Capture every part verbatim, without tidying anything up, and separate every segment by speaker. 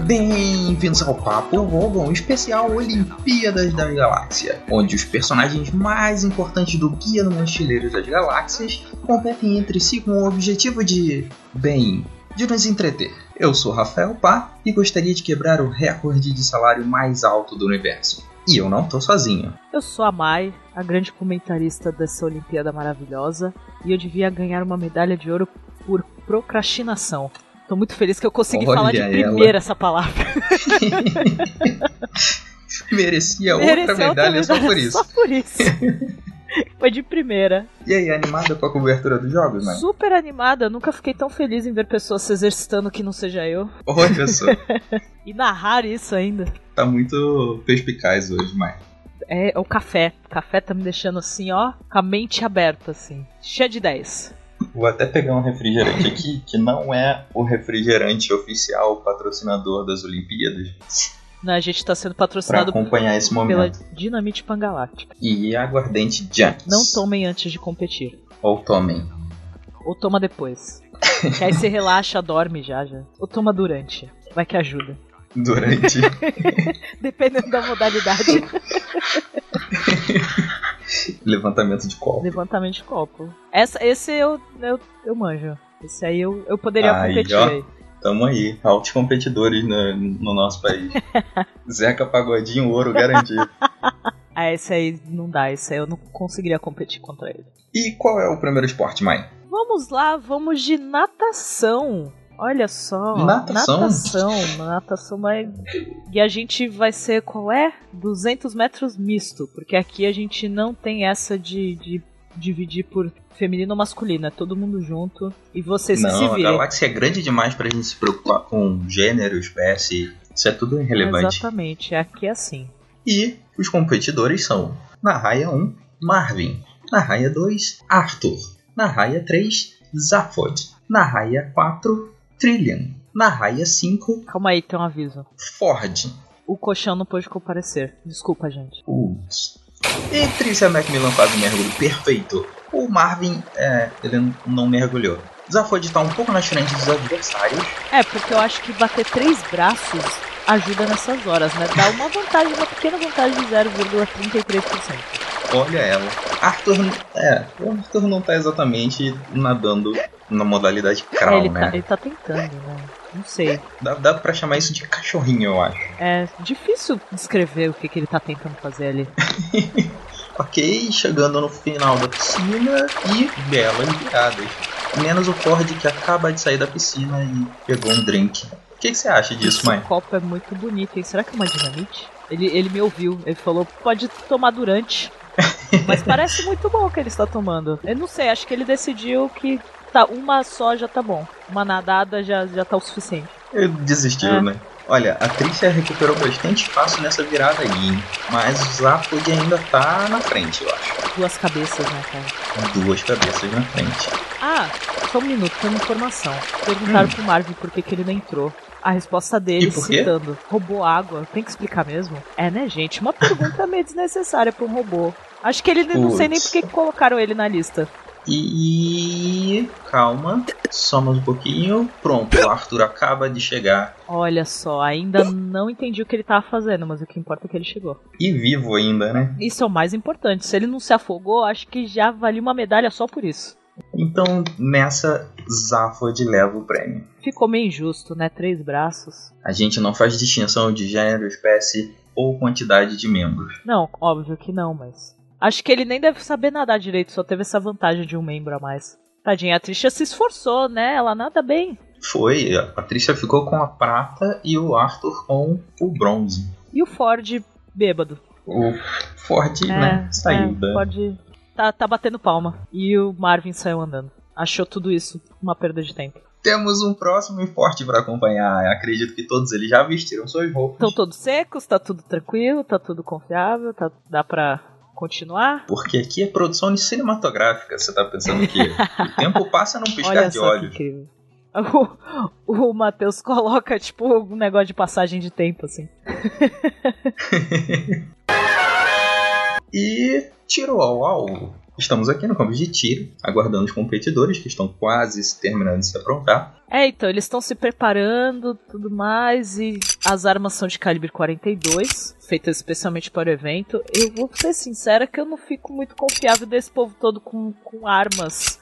Speaker 1: Bem-vindos ao Papo Vogon, um especial Olimpíadas da Galáxia, onde os personagens mais importantes do Guia do Mochileiro das Galáxias competem entre si com o objetivo de, bem, de nos entreter. Eu sou Rafael Pá e gostaria de quebrar o recorde de salário mais alto do universo. E eu não tô sozinho.
Speaker 2: Eu sou a Mai, a grande comentarista dessa Olimpíada maravilhosa, e eu devia ganhar uma medalha de ouro por procrastinação. Tô muito feliz que eu consegui Olha falar de primeira ela. essa palavra.
Speaker 1: Merecia outra Merecia medalha, outra medalha só por isso.
Speaker 2: Só por isso. Foi de primeira.
Speaker 1: E aí, animada com a cobertura dos jogos, mãe?
Speaker 2: Super animada. Eu nunca fiquei tão feliz em ver pessoas se exercitando que não seja eu.
Speaker 1: Olha só.
Speaker 2: E narrar isso ainda.
Speaker 1: Tá muito perspicaz hoje, mãe.
Speaker 2: É, o café. O café tá me deixando assim, ó, com a mente aberta, assim. Cheia de ideias.
Speaker 1: Vou até pegar um refrigerante aqui, que não é o refrigerante oficial patrocinador das Olimpíadas.
Speaker 2: Não, a gente tá sendo patrocinado
Speaker 1: pra acompanhar esse momento.
Speaker 2: Pela Dinamite Pangaláctica.
Speaker 1: E aguardente Junks.
Speaker 2: Não tomem antes de competir.
Speaker 1: Ou tomem.
Speaker 2: Ou toma depois. Que aí você relaxa, dorme já, já. Ou toma durante. Vai que ajuda.
Speaker 1: Durante?
Speaker 2: Dependendo da modalidade.
Speaker 1: Levantamento de copo.
Speaker 2: Levantamento de copo. Essa, esse eu, eu, eu manjo. Esse aí eu, eu poderia
Speaker 1: aí,
Speaker 2: competir
Speaker 1: ó,
Speaker 2: aí.
Speaker 1: Tamo aí, altos competidores no, no nosso país. Zeca Pagodinho, ouro garantido.
Speaker 2: Ah, esse aí não dá, esse aí eu não conseguiria competir contra ele.
Speaker 1: E qual é o primeiro esporte, Mai?
Speaker 2: Vamos lá, vamos de natação. Olha só,
Speaker 1: natação,
Speaker 2: natação, natação vai... E a gente vai ser, qual é? duzentos metros misto, porque aqui a gente não tem essa de, de dividir por feminino ou masculino, é todo mundo junto e vocês
Speaker 1: não,
Speaker 2: que se virem.
Speaker 1: Não, a galáxia é grande demais pra gente se preocupar com gênero, espécie, isso é tudo irrelevante.
Speaker 2: Exatamente, aqui é assim.
Speaker 1: E os competidores são, na raia um, Marvin, na raia dois, Arthur, na raia três, Zaphod, na raia quatro, Trillian. Na raia cinco...
Speaker 2: Calma aí, tem um aviso.
Speaker 1: Ford.
Speaker 2: O colchão não pôde comparecer. Desculpa, gente.
Speaker 1: Putz. E Tricia Macmillan faz um mergulho perfeito. O Marvin, é, ele não mergulhou. Zaphod tá um pouco na frente dos adversários.
Speaker 2: É, porque eu acho que bater três braços ajuda nessas horas, né? Dá uma vantagem, uma pequena vantagem de zero vírgula trinta e três por cento.
Speaker 1: Olha ela. Arthur, é, o Arthur não tá exatamente nadando na modalidade crawl,
Speaker 2: é, ele
Speaker 1: né?
Speaker 2: Tá, ele tá tentando, né? Não sei.
Speaker 1: Dá, dá pra chamar isso de cachorrinho, eu acho.
Speaker 2: É difícil descrever o que, que ele tá tentando fazer ali.
Speaker 1: Ok, chegando no final da piscina e belas viradas. Menos o Ford que acaba de sair da piscina e pegou um drink. O que, que você acha disso, mãe?
Speaker 2: Esse copo é muito bonito, hein? Será que é uma dinamite? Ele, ele me ouviu, ele falou, pode tomar durante. Mas parece muito bom o que ele está tomando. Eu não sei, acho que ele decidiu que tá, uma só já tá bom. Uma nadada já, já tá o suficiente.
Speaker 1: Ele desistiu, é. né? Olha, a Tricia recuperou bastante espaço nessa virada aí, hein? Mas o Zaphod ainda tá na frente, eu acho.
Speaker 2: Duas cabeças, né, cara?
Speaker 1: Duas cabeças na frente.
Speaker 2: Ah, só um minuto, tem uma informação. Perguntaram hum. pro Marvin por que, que ele não entrou. A resposta dele, citando, roubou água. Tem que explicar mesmo? É, né, gente? Uma pergunta meio desnecessária pra um robô. Acho que ele
Speaker 1: Puts.
Speaker 2: não sei nem por que colocaram ele na lista.
Speaker 1: E calma, só mais um pouquinho. Pronto, o Arthur acaba de chegar.
Speaker 2: Olha só, ainda não entendi o que ele tava fazendo, mas o que importa é que ele chegou.
Speaker 1: E vivo ainda, né?
Speaker 2: Isso é o mais importante. Se ele não se afogou, acho que já valia uma medalha só por isso.
Speaker 1: Então, nessa, Zaphod leva o prêmio.
Speaker 2: Ficou meio injusto, né? Três braços.
Speaker 1: A gente não faz distinção de gênero, espécie ou quantidade de membros.
Speaker 2: Não, óbvio que não, mas... Acho que ele nem deve saber nadar direito, só teve essa vantagem de um membro a mais. Tadinha, a Tricia se esforçou, né? Ela nada bem.
Speaker 1: Foi, a Tricia ficou com a prata e o Arthur com o bronze.
Speaker 2: E o Ford bêbado.
Speaker 1: O Ford, é, né, saiu
Speaker 2: é,
Speaker 1: da...
Speaker 2: Ford tá, tá batendo palma. E o Marvin saiu andando. Achou tudo isso uma perda de tempo.
Speaker 1: Temos um próximo esporte para acompanhar. Eu acredito que todos eles já vestiram suas roupas.
Speaker 2: Estão todos secos, tá tudo tranquilo, tá tudo confiável, tá, dá pra... continuar?
Speaker 1: Porque aqui é produção cinematográfica, você tá pensando que o tempo passa num piscar
Speaker 2: Olha
Speaker 1: de
Speaker 2: só
Speaker 1: olhos.
Speaker 2: Que incrível. O, o Matheus coloca tipo um negócio de passagem de tempo, assim.
Speaker 1: E tiro ao alvo. Estamos aqui no campo de tiro, aguardando os competidores que estão quase se terminando de se aprontar.
Speaker 2: É, então, eles estão se preparando, tudo mais, e as armas são de calibre quarenta e dois, feitas especialmente para o evento. Eu vou ser sincera que eu não fico muito confiável desse povo todo com, com armas.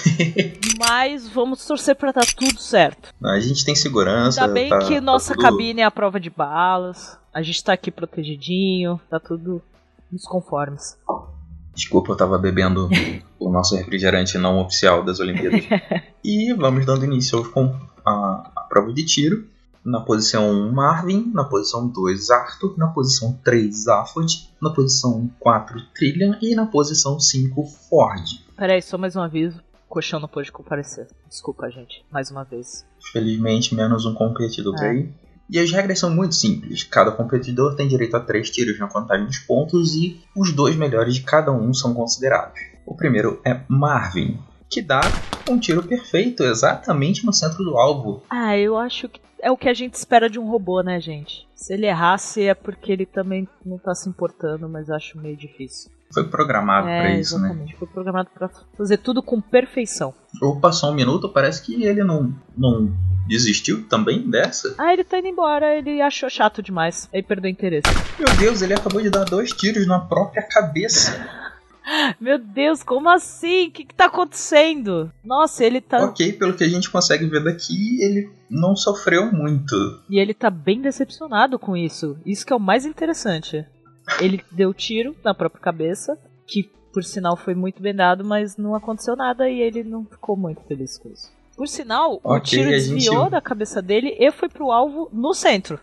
Speaker 2: Mas vamos torcer pra dar tudo certo.
Speaker 1: A gente tem segurança.
Speaker 2: Ainda bem
Speaker 1: tá,
Speaker 2: que nossa
Speaker 1: tá tudo...
Speaker 2: cabine é a prova de balas. A gente tá aqui protegidinho, tá tudo nos conformes.
Speaker 1: Desculpa, eu tava bebendo o nosso refrigerante não oficial das Olimpíadas. E vamos dando início com a, a prova de tiro. Na posição um, Marvin. Na posição dois, Arthur. Na posição três, Zaphod. Na posição quatro, Trillian. E na posição cinco, Ford.
Speaker 2: Peraí, só mais um aviso. O Colchão não pôde comparecer. Desculpa, gente. Mais uma vez.
Speaker 1: Felizmente, menos um competidor
Speaker 2: é.
Speaker 1: aí. E as regras são muito simples. Cada competidor tem direito a três tiros na contagem dos pontos e os dois melhores de cada um são considerados. O primeiro é Marvin, que dá um tiro perfeito exatamente no centro do alvo.
Speaker 2: Ah, eu acho que é o que a gente espera de um robô, né, gente? Se ele errasse é porque ele também não tá se importando, mas acho meio difícil.
Speaker 1: Foi programado
Speaker 2: é,
Speaker 1: pra isso,
Speaker 2: exatamente.
Speaker 1: né?
Speaker 2: Foi programado pra fazer tudo com perfeição.
Speaker 1: Ou passou um minuto, parece que ele não, não desistiu também dessa.
Speaker 2: Ah, ele tá indo embora, ele achou chato demais. Aí perdeu interesse.
Speaker 1: Meu Deus, ele acabou de dar dois tiros na própria cabeça.
Speaker 2: Meu Deus, como assim? O que, que tá acontecendo? Nossa, ele tá...
Speaker 1: Ok, pelo que a gente consegue ver daqui, ele não sofreu muito.
Speaker 2: E ele tá bem decepcionado com isso. Isso que é o mais interessante. Ele deu tiro na própria cabeça, que por sinal foi muito bem dado, mas não aconteceu nada e ele não ficou muito feliz com isso. Por sinal, okay, o tiro desviou gente... da cabeça dele e foi pro alvo no centro.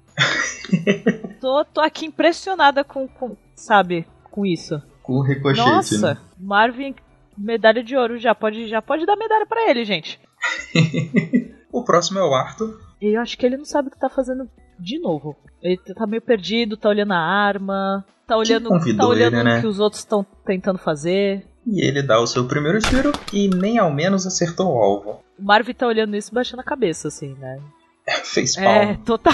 Speaker 2: tô, tô aqui impressionada com, com, sabe, com isso.
Speaker 1: Com o ricochete,
Speaker 2: Nossa,
Speaker 1: né?
Speaker 2: Marvin, medalha de ouro, já pode, já pode dar medalha pra ele, gente.
Speaker 1: O próximo é o Arthur.
Speaker 2: Eu acho que ele não sabe o que tá fazendo de novo. Ele tá meio perdido, tá olhando a arma, tá olhando, tá olhando ele, né? O que os outros estão tentando fazer.
Speaker 1: E ele dá o seu primeiro tiro e nem ao menos acertou o alvo.
Speaker 2: O Marvin tá olhando isso e baixando a cabeça, assim, né?
Speaker 1: Fez palma.
Speaker 2: É, total.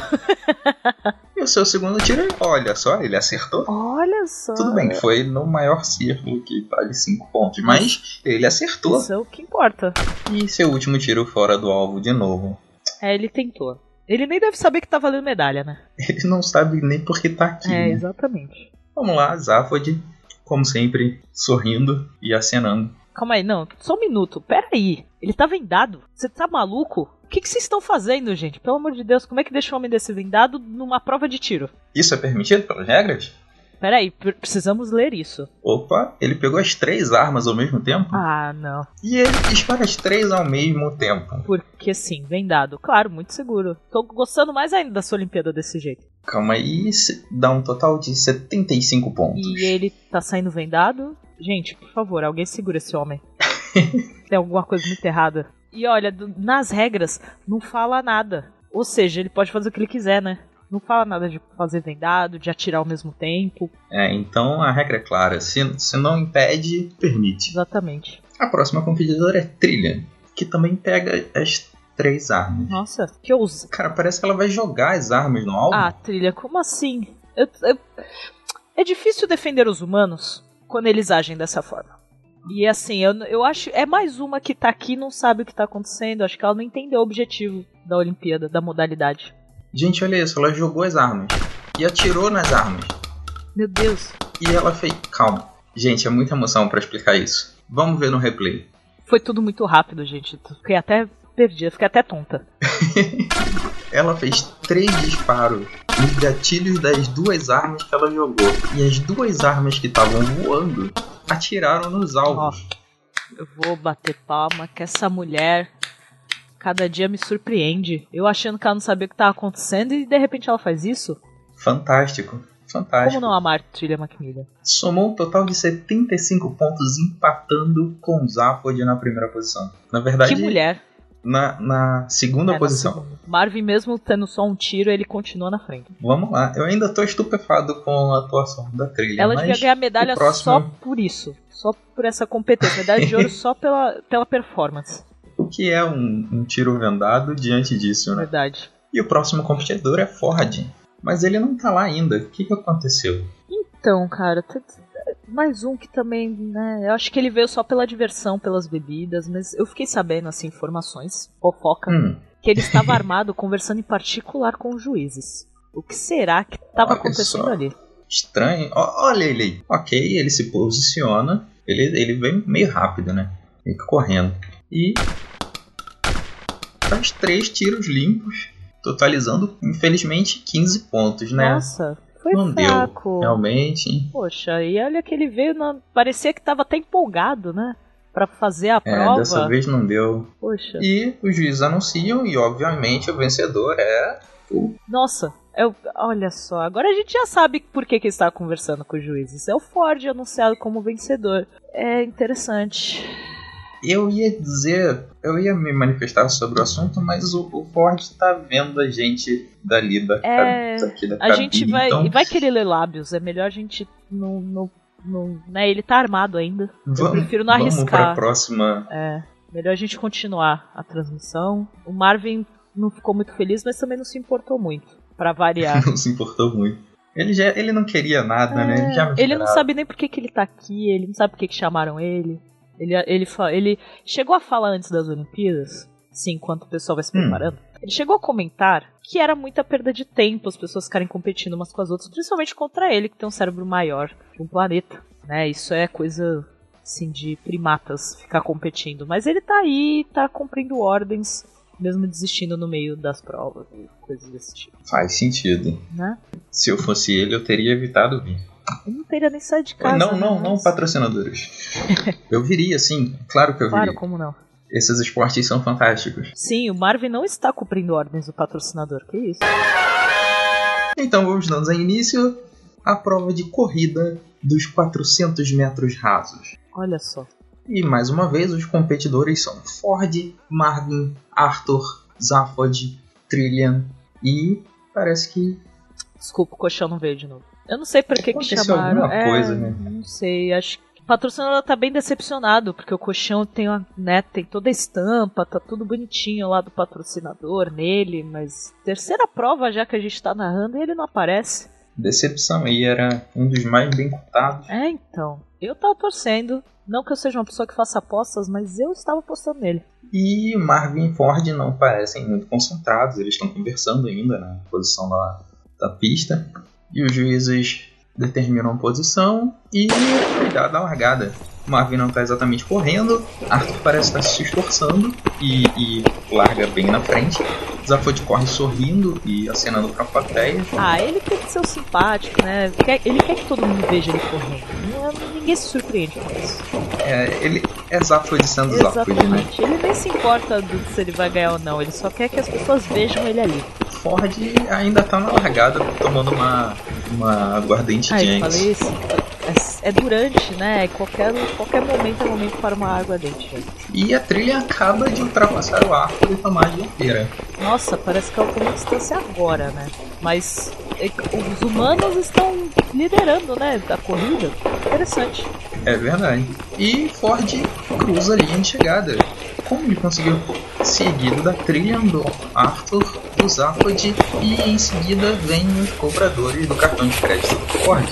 Speaker 1: E o seu segundo tiro, olha só, ele acertou.
Speaker 2: Olha só.
Speaker 1: Tudo bem, foi no maior círculo que vale cinco pontos, mas ele acertou.
Speaker 2: Isso é o que importa.
Speaker 1: E seu último tiro fora do alvo de novo.
Speaker 2: É, ele tentou. Ele nem deve saber que tá valendo medalha, né?
Speaker 1: Ele não sabe nem porque tá aqui.
Speaker 2: É,
Speaker 1: né?
Speaker 2: Exatamente.
Speaker 1: Vamos lá, Zaphod, como sempre, sorrindo e acenando.
Speaker 2: Calma aí, não, só um minuto. Pera aí, ele tá vendado? Você tá maluco? O que vocês estão fazendo, gente? Pelo amor de Deus, como é que deixa um homem desse vendado numa prova de tiro?
Speaker 1: Isso é permitido pelas regras?
Speaker 2: Pera aí, precisamos ler isso.
Speaker 1: Opa, ele pegou as três armas ao mesmo tempo?
Speaker 2: Ah, não.
Speaker 1: E ele dispara as três ao mesmo tempo.
Speaker 2: Porque sim, vendado. Claro, muito seguro. Tô gostando mais ainda da sua Olimpíada desse jeito.
Speaker 1: Calma aí, dá um total de setenta e cinco pontos.
Speaker 2: E ele tá saindo vendado? Gente, por favor, alguém segura esse homem. Tem alguma coisa muito errada. E olha, do, nas regras, não fala nada. Ou seja, ele pode fazer o que ele quiser, né? Não fala nada de fazer vendado, de atirar ao mesmo tempo.
Speaker 1: É, então a regra é clara. Se, se não impede, permite.
Speaker 2: Exatamente.
Speaker 1: A próxima competidora é Trillian, que também pega as três armas.
Speaker 2: Nossa, que ousa.
Speaker 1: Cara, parece que ela vai jogar as armas no alvo.
Speaker 2: Ah, Trillian, como assim? Eu, eu... É difícil defender os humanos quando eles agem dessa forma. E assim, eu, eu acho... É mais uma que tá aqui e não sabe o que tá acontecendo. Acho que ela não entendeu o objetivo da Olimpíada, da modalidade.
Speaker 1: Gente, olha isso. Ela jogou as armas. E atirou nas armas.
Speaker 2: Meu Deus.
Speaker 1: E ela fez... Calma. Gente, é muita emoção pra explicar isso. Vamos ver no replay.
Speaker 2: Foi tudo muito rápido, gente. Fiquei até perdida. Fiquei até tonta.
Speaker 1: Ela fez três disparos nos gatilhos das duas armas que ela jogou. E as duas armas que estavam voando atiraram nos alvos.
Speaker 2: Oh, eu vou bater palma que essa mulher cada dia me surpreende. Eu achando que ela não sabia o que estava acontecendo e de repente ela faz isso.
Speaker 1: Fantástico, fantástico.
Speaker 2: Como não amar Trillian Macmillan?
Speaker 1: Somou um total de setenta e cinco pontos, empatando com Zaphod na primeira posição. Na verdade,
Speaker 2: que mulher.
Speaker 1: Na, na segunda
Speaker 2: é,
Speaker 1: posição.
Speaker 2: Na segunda. Marvin, mesmo tendo só um tiro, ele continua na frente.
Speaker 1: Vamos lá. Eu ainda tô estupefado com a atuação da Trillian.
Speaker 2: Ela devia ganhar medalha próximo... só por isso. Só por essa competência. Medalha de ouro só pela, pela performance.
Speaker 1: O que é um, um tiro vendado diante disso, né?
Speaker 2: Verdade.
Speaker 1: E o próximo competidor é Ford. Mas ele não tá lá ainda. O que, que aconteceu?
Speaker 2: Então, cara... T- mais um que também, né, eu acho que ele veio só pela diversão, pelas bebidas, mas eu fiquei sabendo, assim, informações, fofoca, hum. que ele estava armado conversando em particular com os juízes. O que será que estava acontecendo só. ali?
Speaker 1: Estranho. O, olha ele aí. Ok, ele se posiciona, ele, ele vem meio rápido, né? Fica correndo. E faz três tiros limpos, totalizando, infelizmente, quinze pontos, né?
Speaker 2: Nossa, foi
Speaker 1: Não
Speaker 2: fraco.
Speaker 1: Deu, realmente.
Speaker 2: Poxa, e olha que ele veio, na... parecia que estava até empolgado, né? Pra fazer a prova.
Speaker 1: É, dessa vez não deu.
Speaker 2: Poxa.
Speaker 1: E os juízes anunciam e, obviamente, o vencedor é o...
Speaker 2: Nossa, eu... olha só. Agora a gente já sabe por que, que ele está conversando com os juízes. É o Ford anunciado como vencedor. É interessante.
Speaker 1: Eu ia dizer... Eu ia me manifestar sobre o assunto, mas o, o Ford tá vendo a gente dali da,
Speaker 2: é,
Speaker 1: daqui da
Speaker 2: a
Speaker 1: cabine. A
Speaker 2: gente vai...
Speaker 1: Então...
Speaker 2: vai querer ler lábios. É melhor a gente não... não... Não, né, ele tá armado ainda.
Speaker 1: Vamos,
Speaker 2: eu prefiro não arriscar.
Speaker 1: Vamos pra próxima.
Speaker 2: É, melhor a gente continuar a transmissão. O Marvin não ficou muito feliz, mas também não se importou muito, pra variar.
Speaker 1: Não se importou muito. Ele, já, ele não queria nada, é, né? Ele, já
Speaker 2: ele não sabe nem por que, que ele tá aqui, ele não sabe por que, que chamaram ele. Ele, ele, ele chegou a falar antes das Olimpíadas, sim, enquanto o pessoal vai se preparando. Hum. Ele chegou a comentar que era muita perda de tempo as pessoas ficarem competindo umas com as outras, principalmente contra ele, que tem um cérebro maior que um planeta. Né? Isso é coisa assim, de primatas ficar competindo. Mas ele tá aí, tá cumprindo ordens, mesmo desistindo no meio das provas e coisas desse tipo.
Speaker 1: Faz sentido.
Speaker 2: Né?
Speaker 1: Se eu fosse ele, eu teria evitado vir.
Speaker 2: Eu não teria nem saído de casa.
Speaker 1: Não, não,
Speaker 2: mas...
Speaker 1: não patrocinadores. Eu viria, sim. Claro que eu viria.
Speaker 2: Claro, como não?
Speaker 1: Esses esportes são fantásticos.
Speaker 2: Sim, o Marvin não está cumprindo ordens do patrocinador, que isso?
Speaker 1: Então vamos dando início à prova de corrida dos quatrocentos metros rasos.
Speaker 2: Olha só.
Speaker 1: E mais uma vez os competidores são Ford, Marvin, Arthur, Zaphod, Trillian e parece que...
Speaker 2: Desculpa, o colchão não veio de novo. Eu não sei por que que chamaram.
Speaker 1: Alguma
Speaker 2: é,
Speaker 1: coisa, né?
Speaker 2: Não sei, acho que o patrocinador tá bem decepcionado, porque o colchão tem, uma, né, tem toda a estampa, tá tudo bonitinho lá do patrocinador nele, mas terceira prova já que a gente tá narrando e ele não aparece.
Speaker 1: Decepção, e era um dos mais bem cotados.
Speaker 2: É, então, eu tava torcendo, não que eu seja uma pessoa que faça apostas, mas eu estava apostando nele.
Speaker 1: E Marvin e Ford não parecem muito concentrados, eles estão conversando ainda na posição da, da pista, e os juízes determinam a posição e cuidado da largada. Marvin não está exatamente correndo, Arthur parece estar se esforçando e, e larga bem na frente. Zaphod corre sorrindo e acenando para a plateia.
Speaker 2: Ah, ele tem que ser o simpático, né? Ele quer que todo mundo veja ele correndo. Ninguém se surpreende com isso.
Speaker 1: É, ele é Zaphod sendo Zaphod, né?
Speaker 2: Exatamente. Ele nem se importa do se ele vai ganhar ou não, ele só quer que as pessoas vejam ele ali.
Speaker 1: Ford ainda está na largada tomando uma, uma aguardente
Speaker 2: ah,
Speaker 1: de
Speaker 2: eu falei isso. É, é durante, né? Qualquer, qualquer momento é momento para uma água dente. Gente.
Speaker 1: E a trilha acaba de ultrapassar o arco e tomar a dianteira.
Speaker 2: Nossa, parece que é uma distância agora, né? Mas é, os humanos estão liderando, né? A corrida. Interessante.
Speaker 1: É verdade. E Ford cruza a linha de chegada. Como ele conseguiu? Seguido da trilha do Arthur, do Zaphod e em seguida vem os cobradores do cartão de crédito do Ford.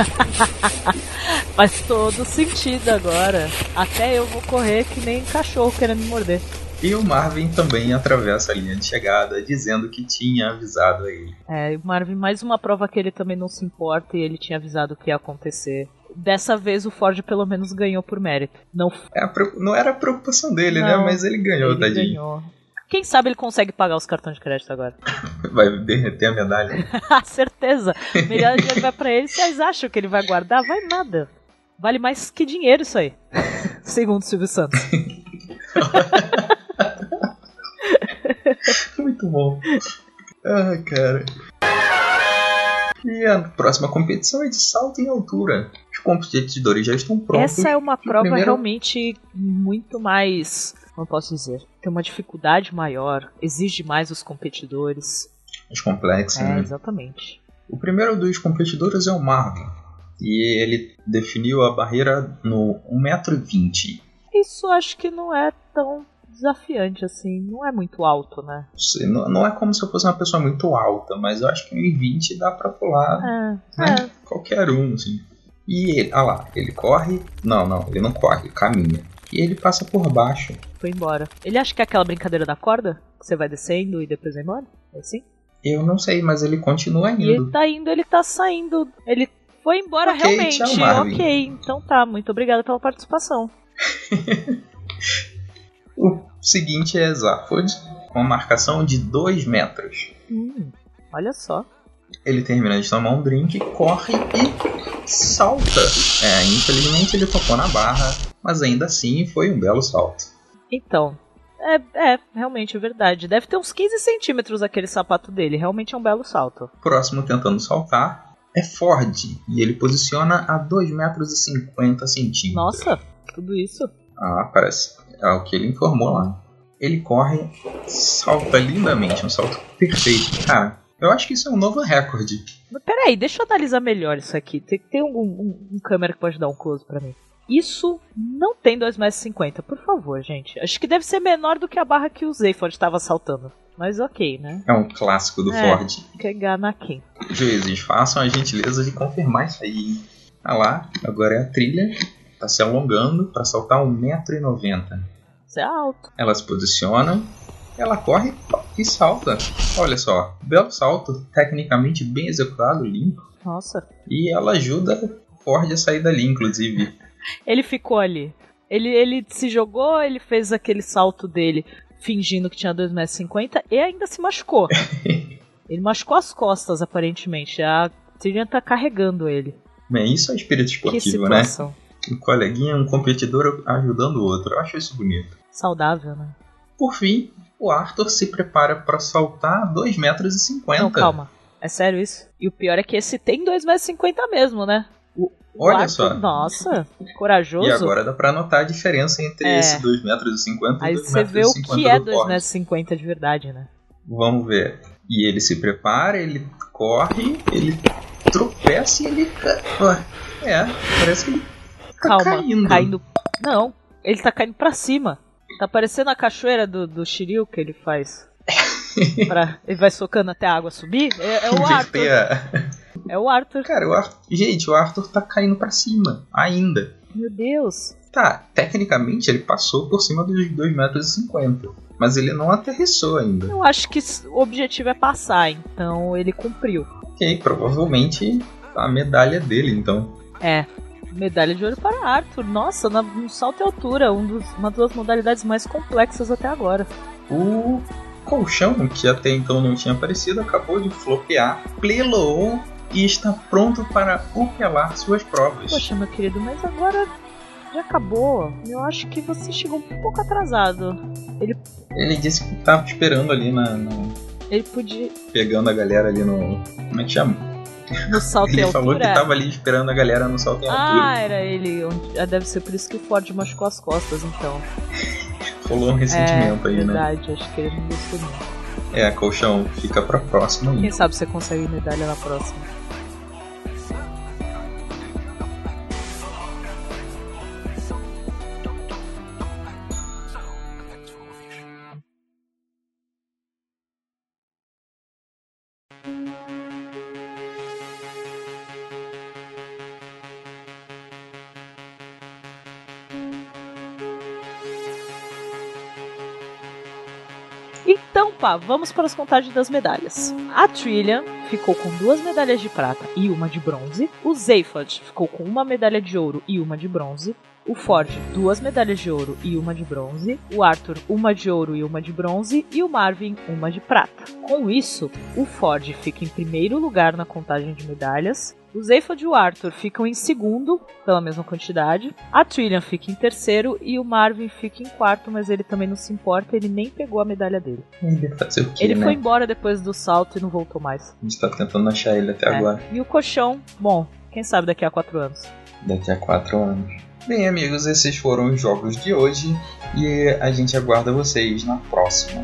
Speaker 2: Faz todo sentido agora. Até eu vou correr que nem um cachorro querendo me morder.
Speaker 1: E o Marvin também atravessa a linha de chegada, dizendo que tinha avisado a ele.
Speaker 2: É, o Marvin, mais uma prova que ele também não se importa e ele tinha avisado o que ia acontecer. Dessa vez o Ford pelo menos ganhou por mérito. Não,
Speaker 1: é a, não era a preocupação dele, não, né? Mas ele ganhou,
Speaker 2: ele
Speaker 1: tadinho.
Speaker 2: Ganhou. Quem sabe ele consegue pagar os cartões de crédito agora.
Speaker 1: Vai derreter a medalha.
Speaker 2: Certeza. Melhor dinheiro vai pra ele. Vocês acham que ele vai guardar? Vai nada. Vale mais que dinheiro isso aí. Segundo o Silvio Santos.
Speaker 1: Muito bom. Ah, cara. E a próxima competição é de salto em altura. Os competidores já estão prontos.
Speaker 2: Essa é uma prova
Speaker 1: primeiro...
Speaker 2: realmente muito mais, como posso dizer, tem uma dificuldade maior, exige mais os competidores.
Speaker 1: Mais complexo,
Speaker 2: é,
Speaker 1: né?
Speaker 2: Exatamente.
Speaker 1: O primeiro dos competidores é o Marvin. E ele definiu a barreira no um metro e vinte.
Speaker 2: Isso acho que não é tão desafiante, assim, não é muito alto, né?
Speaker 1: Não, não é como se eu fosse uma pessoa muito alta, mas eu acho que um e vinte dá pra pular,
Speaker 2: é,
Speaker 1: né?
Speaker 2: É.
Speaker 1: Qualquer um, assim. E ele, ah lá, ele corre. Não, não, ele não corre, ele caminha. E ele passa por baixo.
Speaker 2: Foi embora. Ele acha que é aquela brincadeira da corda? Que você vai descendo e depois vai embora? É assim?
Speaker 1: Eu não sei, mas ele continua indo.
Speaker 2: E ele tá indo, ele tá saindo. Ele foi embora
Speaker 1: okay,
Speaker 2: realmente.
Speaker 1: Tchau, Marvin.
Speaker 2: Ok, então tá. Muito obrigada pela participação.
Speaker 1: O seguinte é Zaphod, com marcação de dois metros.
Speaker 2: Hum, olha só.
Speaker 1: Ele termina de tomar um drink, corre e salta. É, infelizmente ele tocou na barra, mas ainda assim foi um belo salto.
Speaker 2: Então, é, é realmente é verdade. Deve ter uns quinze centímetros aquele sapato dele. Realmente é um belo salto.
Speaker 1: Próximo tentando saltar é Ford, e ele posiciona a dois metros e cinquenta centímetros.
Speaker 2: Nossa, tudo isso?
Speaker 1: Ah, parece. É o que ele informou lá. Ele corre, salta lindamente, um salto perfeito. Cara, eu acho que isso é um novo recorde.
Speaker 2: Mas peraí, deixa eu analisar melhor isso aqui. Tem, tem um, um, um câmera que pode dar um close pra mim. Isso não tem dois metros e cinquenta, por favor, gente. Acho que deve ser menor do que a barra que o Zaphod estava saltando. Mas ok, né?
Speaker 1: É um clássico do
Speaker 2: é,
Speaker 1: Ford.
Speaker 2: Pegar na quem?
Speaker 1: Juízes, façam a gentileza de confirmar isso aí. Ah lá, agora é a trilha. Tá se alongando para saltar um metro e noventa.
Speaker 2: Isso é alto.
Speaker 1: Ela se posiciona, ela corre e salta. Olha só, belo salto, tecnicamente bem executado, limpo.
Speaker 2: Nossa.
Speaker 1: E ela ajuda o Ford a sair dali, inclusive.
Speaker 2: Ele ficou ali. Ele, ele se jogou, ele fez aquele salto dele fingindo que tinha dois metros e cinquenta e ainda se machucou. Ele machucou as costas, aparentemente. A trilha tá carregando ele.
Speaker 1: Bem, isso é espírito esportivo, né? Um coleguinha, um competidor ajudando o outro. Eu acho isso bonito.
Speaker 2: Saudável, né?
Speaker 1: Por fim, o Arthur se prepara para saltar dois metros e cinquenta.
Speaker 2: Não, calma. É sério isso? E o pior é que esse tem dois metros e cinquenta mesmo, né? O, o
Speaker 1: Olha
Speaker 2: Arthur,
Speaker 1: só.
Speaker 2: Nossa, corajoso.
Speaker 1: E agora dá pra notar a diferença entre é. esse dois metros e cinquenta e
Speaker 2: dois metros e cinquenta. Aí você vê o que é dois metros e cinquenta de verdade, né?
Speaker 1: Vamos ver. E ele se prepara, ele corre, ele tropeça e ele... É, parece que ele tá
Speaker 2: Calma,
Speaker 1: caindo.
Speaker 2: caindo. Não, ele tá caindo pra cima. Tá parecendo a cachoeira do, do Shiryu que ele faz. pra, ele vai socando até a água subir. É, é o Arthur. É o Arthur.
Speaker 1: Cara, o Arthur... Gente, o Arthur tá caindo pra cima, ainda.
Speaker 2: Meu Deus.
Speaker 1: Tá, tecnicamente ele passou por cima dos dois metros e cinquenta. Mas ele não aterrissou ainda.
Speaker 2: Eu acho que o objetivo é passar, então ele cumpriu.
Speaker 1: Ok, provavelmente a medalha dele, então.
Speaker 2: É, medalha de ouro para Arthur. Nossa, no salto e altura, um dos, uma das modalidades mais complexas até agora.
Speaker 1: O colchão, que até então não tinha aparecido, acabou de flopear, pleloou e está pronto para upelar suas provas.
Speaker 2: Poxa, meu querido, mas agora já acabou. Eu acho que você chegou um pouco atrasado. Ele,
Speaker 1: Ele disse que estava esperando ali na, na...
Speaker 2: Ele podia...
Speaker 1: Pegando a galera ali no... Como é que chama?
Speaker 2: No salto
Speaker 1: Ele
Speaker 2: e altura?
Speaker 1: falou que estava ali esperando a galera no salto e altura.
Speaker 2: Ah, era ele. Deve ser por isso que o Ford machucou as costas, então.
Speaker 1: Rolou um ressentimento
Speaker 2: é,
Speaker 1: aí,
Speaker 2: verdade,
Speaker 1: né?
Speaker 2: Verdade, acho que ele não gostou muito.
Speaker 1: É, colchão, fica pra próxima aí.
Speaker 2: Quem sabe você consegue medalha na próxima. Então, pá, vamos para as contagens das medalhas. A Trillian ficou com duas medalhas de prata e uma de bronze. O Zaphod ficou com uma medalha de ouro e uma de bronze. O Ford, duas medalhas de ouro e uma de bronze. O Arthur, uma de ouro e uma de bronze. E o Marvin, uma de prata. Com isso, o Ford fica em primeiro lugar na contagem de medalhas. O Zaphod e o Arthur ficam em segundo, pela mesma quantidade. A Trillian fica em terceiro e o Marvin fica em quarto, mas ele também não se importa, ele nem pegou a medalha dele.
Speaker 1: Ele, fazer o quê,
Speaker 2: ele
Speaker 1: né?
Speaker 2: foi embora depois do salto e não voltou mais.
Speaker 1: A gente tá tentando achar ele até
Speaker 2: é.
Speaker 1: agora.
Speaker 2: E o colchão, bom, quem sabe daqui a quatro anos.
Speaker 1: Daqui a quatro anos. Bem, amigos, esses foram os jogos de hoje e a gente aguarda vocês na próxima.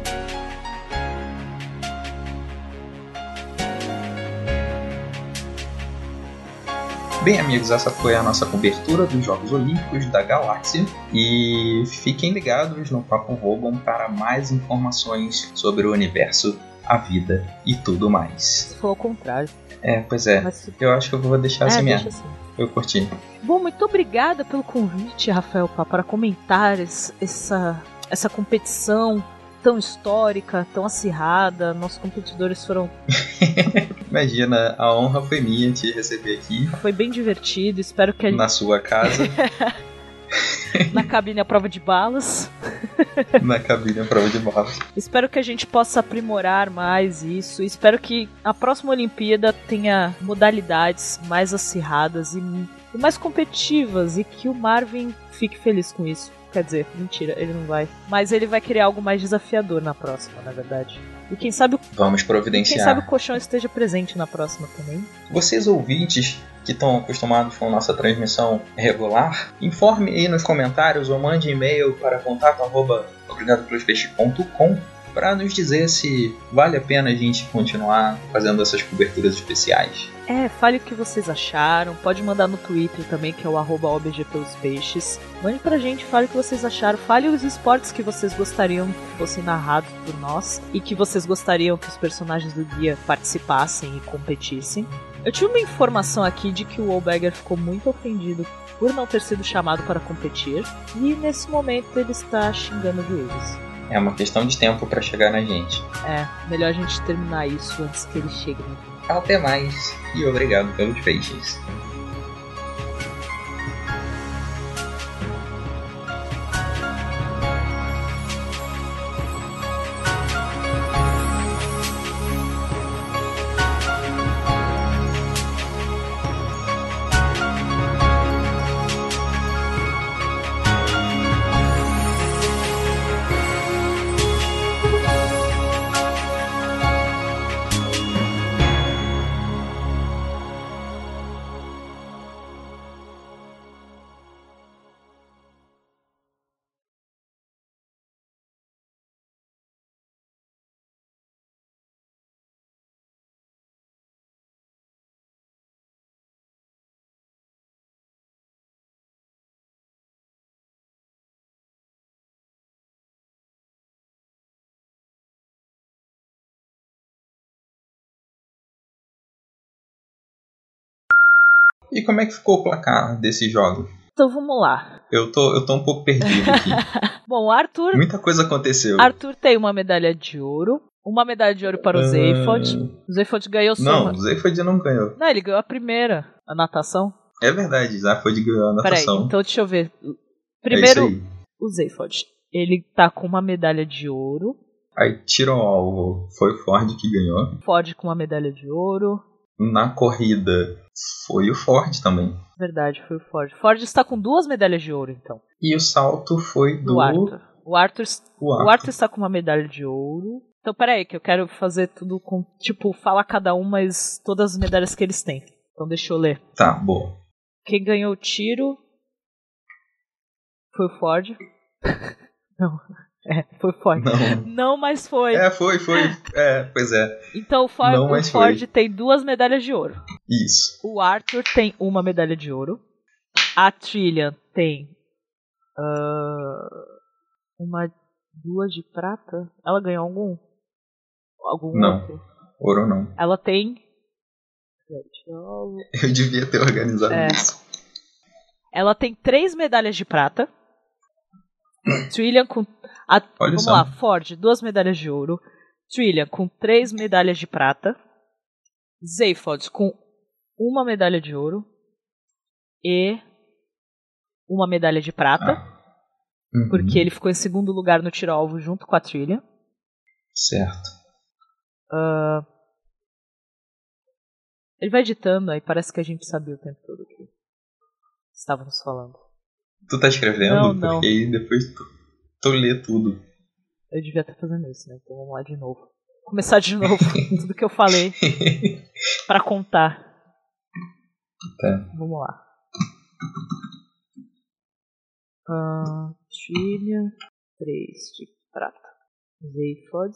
Speaker 1: Bem, amigos, essa foi a nossa cobertura dos Jogos Olímpicos da Galáxia e fiquem ligados no Papo Vogon para mais informações sobre o universo, a vida e tudo mais.
Speaker 2: Você falou o contrário.
Speaker 1: É, pois é.
Speaker 2: Mas...
Speaker 1: Eu acho que eu vou deixar
Speaker 2: é,
Speaker 1: assim
Speaker 2: deixa
Speaker 1: mesmo.
Speaker 2: assim.
Speaker 1: eu curti.
Speaker 2: Bom, muito obrigada pelo convite, Rafael Pá, para comentar esse, essa, essa competição tão histórica, tão acirrada. Nossos competidores foram...
Speaker 1: Imagina, a honra foi minha te receber aqui.
Speaker 2: Foi bem divertido, espero que... A...
Speaker 1: Na sua casa.
Speaker 2: Na cabine à prova de balas.
Speaker 1: Na cabine à prova de balas.
Speaker 2: Espero que a gente possa aprimorar mais isso. Espero que a próxima Olimpíada tenha modalidades mais acirradas e, e mais competitivas. E que o Marvin fique feliz com isso. Quer dizer, mentira, ele não vai. Mas ele vai querer algo mais desafiador na próxima, na verdade. E quem sabe,
Speaker 1: Vamos providenciar.
Speaker 2: Quem sabe o colchão esteja presente na próxima também.
Speaker 1: Vocês ouvintes que estão acostumados com nossa transmissão regular, informe aí nos comentários ou mande e-mail para contato arroba obrigado pelos peixes ponto com para nos dizer se vale a pena a gente continuar fazendo essas coberturas especiais.
Speaker 2: É, fale o que vocês acharam. Pode mandar no Twitter também, que é o arroba obg pelos peixes. Mande pra gente, fale o que vocês acharam. Fale os esportes que vocês gostariam que fossem narrados por nós e que vocês gostariam que os personagens do guia participassem e competissem. Eu tive uma informação aqui de que o Wallbagger ficou muito ofendido por não ter sido chamado para competir e nesse momento ele está xingando viúvas.
Speaker 1: É uma questão de tempo para chegar na gente.
Speaker 2: É, melhor a gente terminar isso antes que ele chegue.
Speaker 1: Até mais e obrigado pelos peixes. E como é que ficou o placar desse jogo?
Speaker 2: Então vamos lá.
Speaker 1: Eu tô, eu tô um pouco perdido aqui.
Speaker 2: Bom, o Arthur...
Speaker 1: Muita coisa aconteceu.
Speaker 2: Arthur tem uma medalha de ouro. Uma medalha de ouro para o uh... Zeifod. O Zeifod ganhou só.
Speaker 1: Não, o Zeifod não ganhou.
Speaker 2: Não, ele ganhou a primeira, a natação.
Speaker 1: É verdade, o Zeifod ganhou a natação.
Speaker 2: Peraí, então deixa eu ver. Primeiro,
Speaker 1: é
Speaker 2: o Zeifod. Ele tá com uma medalha de ouro.
Speaker 1: Aí tiro ao alvo. Foi o Ford que ganhou.
Speaker 2: Ford com uma medalha de ouro.
Speaker 1: Na corrida foi o Ford também.
Speaker 2: Verdade, foi o Ford. Ford está com duas medalhas de ouro, então.
Speaker 1: E o salto foi do...
Speaker 2: do Arthur. O Arthur,
Speaker 1: o Arthur.
Speaker 2: O Arthur está com uma medalha de ouro. Então, peraí, que eu quero fazer tudo com... Tipo, falar cada um, mas todas as medalhas que eles têm. Então, deixa eu ler.
Speaker 1: Tá, boa.
Speaker 2: Quem ganhou o tiro foi o Ford. Não... É, foi Ford.
Speaker 1: Não.
Speaker 2: Não, mas foi.
Speaker 1: É, foi, foi. É, pois é.
Speaker 2: Então o Ford,
Speaker 1: Não,
Speaker 2: o Ford tem duas medalhas de ouro.
Speaker 1: Isso.
Speaker 2: O Arthur tem uma medalha de ouro. A Trillian tem uh, uma, duas de prata. Ela ganhou algum? Algum
Speaker 1: não.
Speaker 2: outro?
Speaker 1: Ouro não.
Speaker 2: Ela tem...
Speaker 1: Eu devia ter organizado é. isso.
Speaker 2: Ela tem três medalhas de prata. Trillian com... A, vamos
Speaker 1: só.
Speaker 2: lá, Ford, duas medalhas de ouro. Trillian com três medalhas de prata. Zeifod com uma medalha de ouro. E uma medalha de prata.
Speaker 1: Ah. Uhum.
Speaker 2: Porque ele ficou em segundo lugar no tiro ao alvo junto com a Trillian.
Speaker 1: Certo.
Speaker 2: Uh, ele vai editando, aí parece que a gente sabia o tempo todo o que estávamos falando.
Speaker 1: Tu tá escrevendo?
Speaker 2: Não, não.
Speaker 1: Porque aí depois tu, tu lê tudo.
Speaker 2: Eu devia estar fazendo isso, né? Então vamos lá de novo. Começar de novo tudo que eu falei pra contar.
Speaker 1: Tá.
Speaker 2: Vamos lá. Uh, Trillian, três de prata. Zeifod,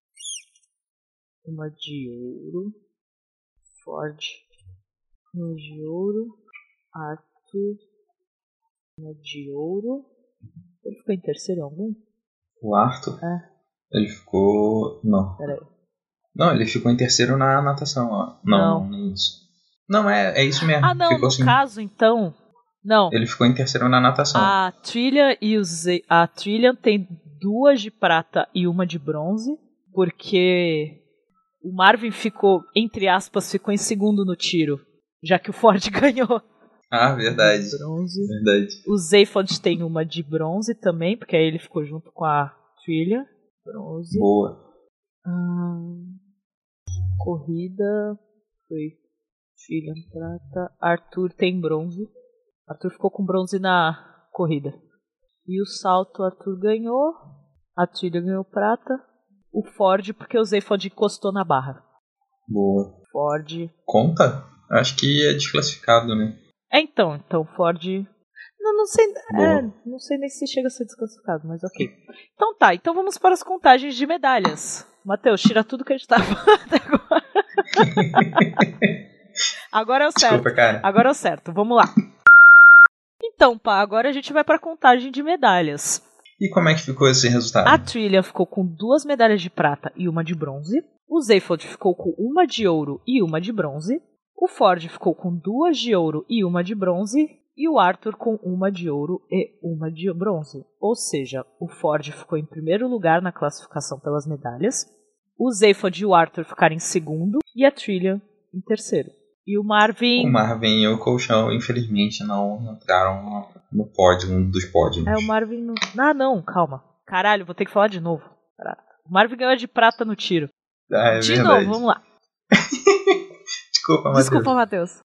Speaker 2: uma de ouro. Ford, uma de ouro. Arthur, uma de ouro. Ele ficou em terceiro em algum?
Speaker 1: O Arthur?
Speaker 2: É.
Speaker 1: Ele ficou... Não.
Speaker 2: Peraí.
Speaker 1: Não, ele ficou em terceiro na natação, ó. Não,
Speaker 2: não.
Speaker 1: nem isso. Não, é, é isso mesmo.
Speaker 2: Ah, não,
Speaker 1: ficou
Speaker 2: no
Speaker 1: assim.
Speaker 2: caso, então... Não.
Speaker 1: Ele ficou em terceiro na natação.
Speaker 2: A Trillian e o Zay... A Trillian tem duas de prata e uma de bronze, porque o Marvin ficou, entre aspas, ficou em segundo no tiro, já que o Ford ganhou.
Speaker 1: Ah, verdade.
Speaker 2: Bronze.
Speaker 1: Verdade.
Speaker 2: O Zayfod tem uma de bronze também, porque aí ele ficou junto com a Trillian. Bronze.
Speaker 1: Boa.
Speaker 2: Hum, corrida. Foi Trillian prata. Arthur tem bronze. Arthur ficou com bronze na corrida. E o salto Arthur ganhou. A Trillian ganhou prata. O Ford, porque o Zayfod encostou na barra.
Speaker 1: Boa.
Speaker 2: Ford.
Speaker 1: Conta? Acho que é desclassificado, né?
Speaker 2: É, então, então Ford... Não, não sei, é,
Speaker 1: Boa.
Speaker 2: não sei nem se chega a ser desclassificado, mas ok. Então tá, então vamos para as contagens de medalhas. Matheus, tira tudo que a gente tá falando agora. Agora é o certo.
Speaker 1: Desculpa, cara.
Speaker 2: Agora é o certo, vamos lá. Então, pá, agora a gente vai para a contagem de medalhas.
Speaker 1: E como é que ficou esse resultado?
Speaker 2: A Trillian ficou com duas medalhas de prata e uma de bronze. O Zayfod ficou com uma de ouro e uma de bronze. O Ford ficou com duas de ouro e uma de bronze. E o Arthur com uma de ouro e uma de bronze. Ou seja, o Ford ficou em primeiro lugar na classificação pelas medalhas. O Zayfod e o Arthur ficaram em segundo. E a Trillian em terceiro. E o Marvin...
Speaker 1: O Marvin e o Colchão, infelizmente, não entraram no pódio, um dos pódios.
Speaker 2: É, o Marvin... Não... Ah, não, calma. Caralho, vou ter que falar de novo. O Marvin ganhou de prata no tiro.
Speaker 1: Ah, é
Speaker 2: de
Speaker 1: verdade.
Speaker 2: novo, vamos lá.
Speaker 1: Desculpa, Matheus.
Speaker 2: Desculpa, Matheus.